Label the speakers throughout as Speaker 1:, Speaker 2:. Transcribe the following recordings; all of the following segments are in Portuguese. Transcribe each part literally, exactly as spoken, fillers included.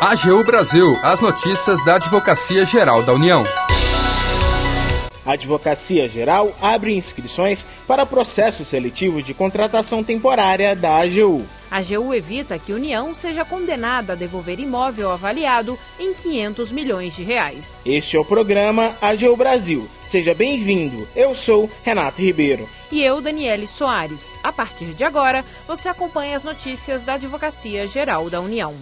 Speaker 1: A G U Brasil, as notícias da Advocacia Geral da União.
Speaker 2: A Advocacia Geral abre inscrições para processo seletivo de contratação temporária da A G U.
Speaker 3: A AGU evita que a União seja condenada a devolver imóvel avaliado em quinhentos milhões de reais.
Speaker 2: Este é o programa A G U Brasil. Seja bem-vindo. Eu sou Renato Ribeiro.
Speaker 3: E eu, Daniele Soares. A partir de agora, você acompanha as notícias da Advocacia Geral da União.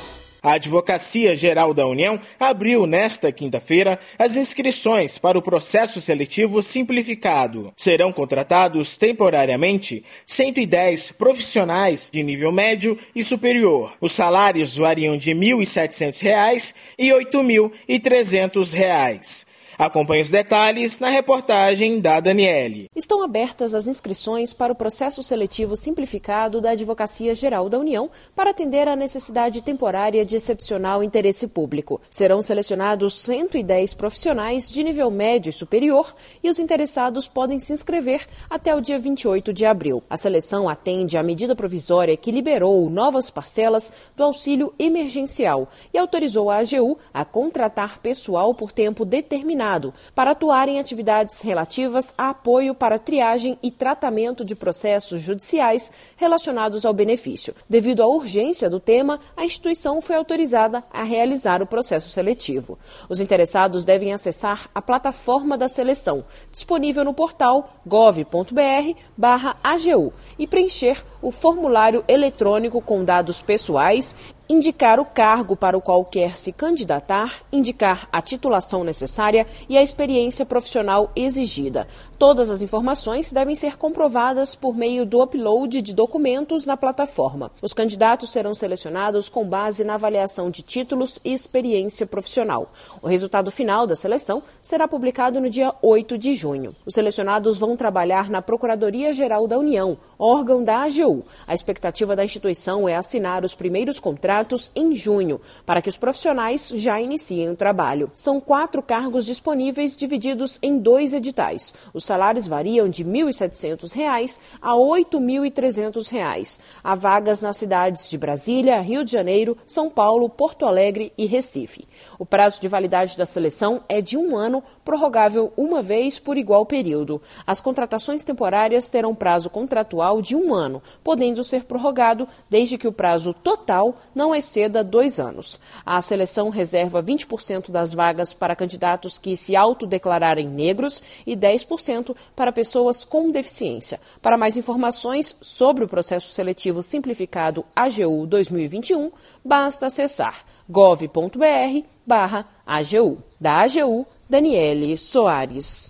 Speaker 2: A Advocacia Geral da União abriu nesta quinta-feira as inscrições para o processo seletivo simplificado. Serão contratados temporariamente cento e dez profissionais de nível médio e superior. Os salários variam de mil e setecentos reais e oito mil e trezentos reais. Acompanhe os detalhes na reportagem da Daniele.
Speaker 3: Estão abertas as inscrições para o processo seletivo simplificado da Advocacia Geral da União para atender à necessidade temporária de excepcional interesse público. Serão selecionados cento e dez profissionais de nível médio e superior e os interessados podem se inscrever até o dia vinte e oito de abril. A seleção atende à medida provisória que liberou novas parcelas do auxílio emergencial e autorizou a AGU a contratar pessoal por tempo determinado para atuar em atividades relativas a apoio para triagem e tratamento de processos judiciais relacionados ao benefício. Devido à urgência do tema, a instituição foi autorizada a realizar o processo seletivo. Os interessados devem acessar a plataforma da seleção, disponível no portal gov ponto br barra A G U, e preencher o formulário eletrônico com dados pessoais, indicar o cargo para o qual quer se candidatar, indicar a titulação necessária e a experiência profissional exigida. Todas as informações devem ser comprovadas por meio do upload de documentos na plataforma. Os candidatos serão selecionados com base na avaliação de títulos e experiência profissional. O resultado final da seleção será publicado no dia oito de junho. Os selecionados vão trabalhar na Procuradoria-Geral da União, órgão da A G U. A expectativa da instituição é assinar os primeiros contratos em junho, para que os profissionais já iniciem o trabalho. São quatro cargos disponíveis divididos em dois editais. Os salários variam de mil e setecentos reais a oito mil e trezentos reais. Há vagas nas cidades de Brasília, Rio de Janeiro, São Paulo, Porto Alegre e Recife. O prazo de validade da seleção é de um ano, prorrogável uma vez por igual período. As contratações temporárias terão prazo contratual de um ano, podendo ser prorrogado desde que o prazo total não exceda dois anos. A seleção reserva vinte por cento das vagas para candidatos que se autodeclararem negros e dez por cento para pessoas com deficiência. Para mais informações sobre o processo seletivo simplificado A G U dois mil e vinte e um, basta acessar gov ponto br barra A G U. Da A G U, Daniele Soares.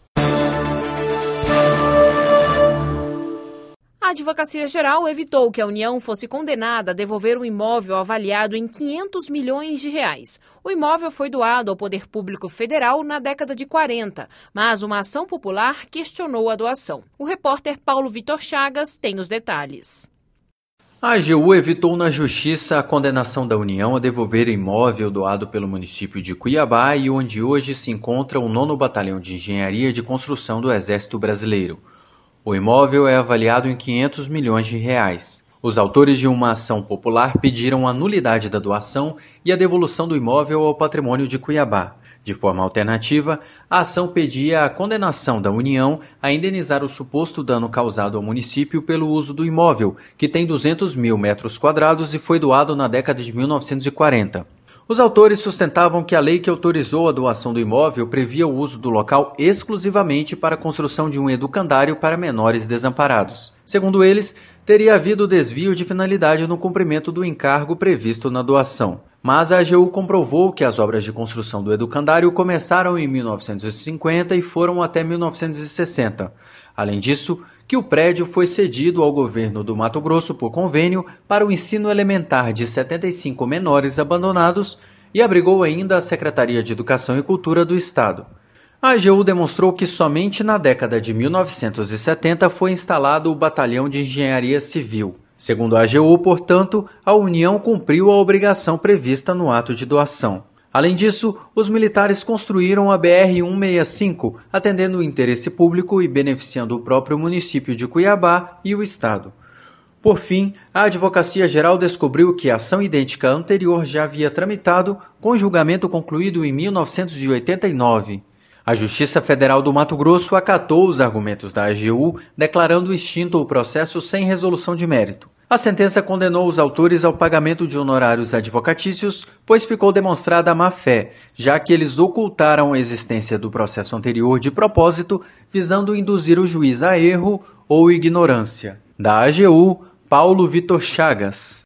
Speaker 3: A Advocacia Geral evitou que a União fosse condenada a devolver um imóvel avaliado em quinhentos milhões de reais. O imóvel foi doado ao Poder Público Federal na década de quarenta, mas uma ação popular questionou a doação. O repórter Paulo Vitor Chagas tem os detalhes.
Speaker 4: A A G U evitou na Justiça a condenação da União a devolver imóvel doado pelo município de Cuiabá e onde hoje se encontra o nono Batalhão de Engenharia de Construção do Exército Brasileiro. O imóvel é avaliado em quinhentos milhões de reais. Os autores de uma ação popular pediram a nulidade da doação e a devolução do imóvel ao patrimônio de Cuiabá. De forma alternativa, a ação pedia a condenação da União a indenizar o suposto dano causado ao município pelo uso do imóvel, que tem duzentos mil metros quadrados e foi doado na década de mil novecentos e quarenta. Os autores sustentavam que a lei que autorizou a doação do imóvel previa o uso do local exclusivamente para a construção de um educandário para menores desamparados. Segundo eles, teria havido desvio de finalidade no cumprimento do encargo previsto na doação. Mas a A G U comprovou que as obras de construção do educandário começaram em mil novecentos e cinquenta e foram até mil novecentos e sessenta. Além disso, que o prédio foi cedido ao governo do Mato Grosso por convênio para o ensino elementar de setenta e cinco menores abandonados e abrigou ainda a Secretaria de Educação e Cultura do Estado. A A G U demonstrou que somente na década de mil novecentos e setenta foi instalado o Batalhão de Engenharia Civil. Segundo a A G U, portanto, a União cumpriu a obrigação prevista no ato de doação. Além disso, os militares construíram a B R cento e sessenta e cinco, atendendo o interesse público e beneficiando o próprio município de Cuiabá e o Estado. Por fim, a Advocacia Geral descobriu que a ação idêntica anterior já havia tramitado com julgamento concluído em mil novecentos e oitenta e nove. A Justiça Federal do Mato Grosso acatou os argumentos da A G U, declarando extinto o processo sem resolução de mérito. A sentença condenou os autores ao pagamento de honorários advocatícios, pois ficou demonstrada a má-fé, já que eles ocultaram a existência do processo anterior de propósito, visando induzir o juiz a erro ou ignorância. Da A G U, Paulo Vitor Chagas.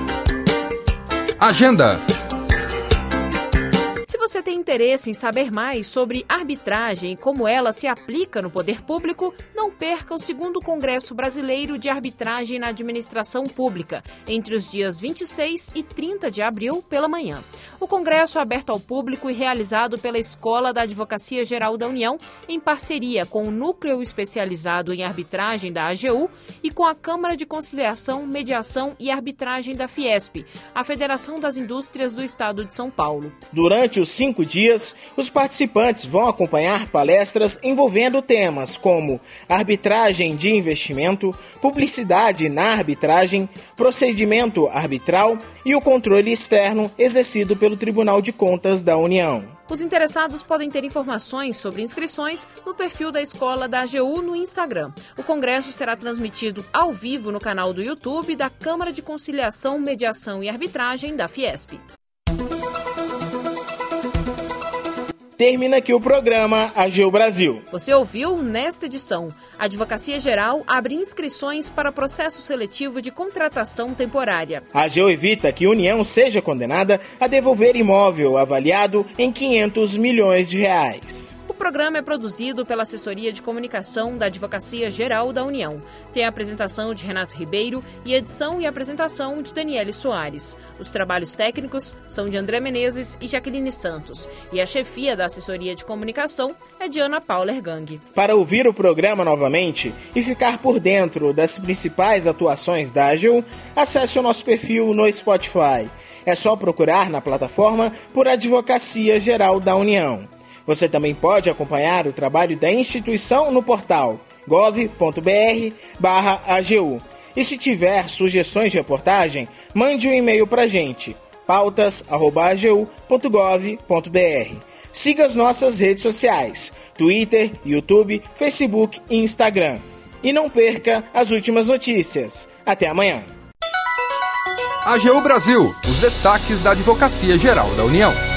Speaker 1: Agenda.
Speaker 3: Se você tem interesse em saber mais sobre arbitragem e como ela se aplica no poder público, não perca o segundo Congresso Brasileiro de Arbitragem na Administração Pública, entre os dias vinte e seis e trinta de abril, pela manhã. O congresso é aberto ao público e realizado pela Escola da Advocacia Geral da União, em parceria com o Núcleo Especializado em Arbitragem da A G U e com a Câmara de Conciliação, Mediação e Arbitragem da Fiesp, a Federação das Indústrias do Estado de São Paulo.
Speaker 2: Durante os cinco dias, os participantes vão acompanhar palestras envolvendo temas como arbitragem de investimento, publicidade na arbitragem, procedimento arbitral e o controle externo exercido pelo Tribunal de Contas da União.
Speaker 3: Os interessados podem ter informações sobre inscrições no perfil da Escola da A G U no Instagram. O congresso será transmitido ao vivo no canal do YouTube da Câmara de Conciliação, Mediação e Arbitragem da Fiesp.
Speaker 2: Termina aqui o programa A G U Brasil.
Speaker 3: Você ouviu nesta edição: a Advocacia Geral abre inscrições para processo seletivo de contratação temporária.
Speaker 2: A A G U evita que a União seja condenada a devolver imóvel avaliado em quinhentos milhões de reais.
Speaker 3: O programa é produzido pela Assessoria de Comunicação da Advocacia Geral da União. Tem a apresentação de Renato Ribeiro e edição e apresentação de Daniele Soares. Os trabalhos técnicos são de André Menezes e Jaqueline Santos. E a chefia da Assessoria de Comunicação é de Ana Paula Ergang.
Speaker 2: Para ouvir o programa novamente e ficar por dentro das principais atuações da A G U, acesse o nosso perfil no Spotify. É só procurar na plataforma por Advocacia Geral da União. Você também pode acompanhar o trabalho da instituição no portal gov ponto br barra A G U. E se tiver sugestões de reportagem, mande um e-mail para a gente, pautas arroba a g u ponto gov ponto br. Siga as nossas redes sociais, Twitter, YouTube, Facebook e Instagram. E não perca as últimas notícias. Até amanhã.
Speaker 1: A G U Brasil, os destaques da Advocacia Geral da União.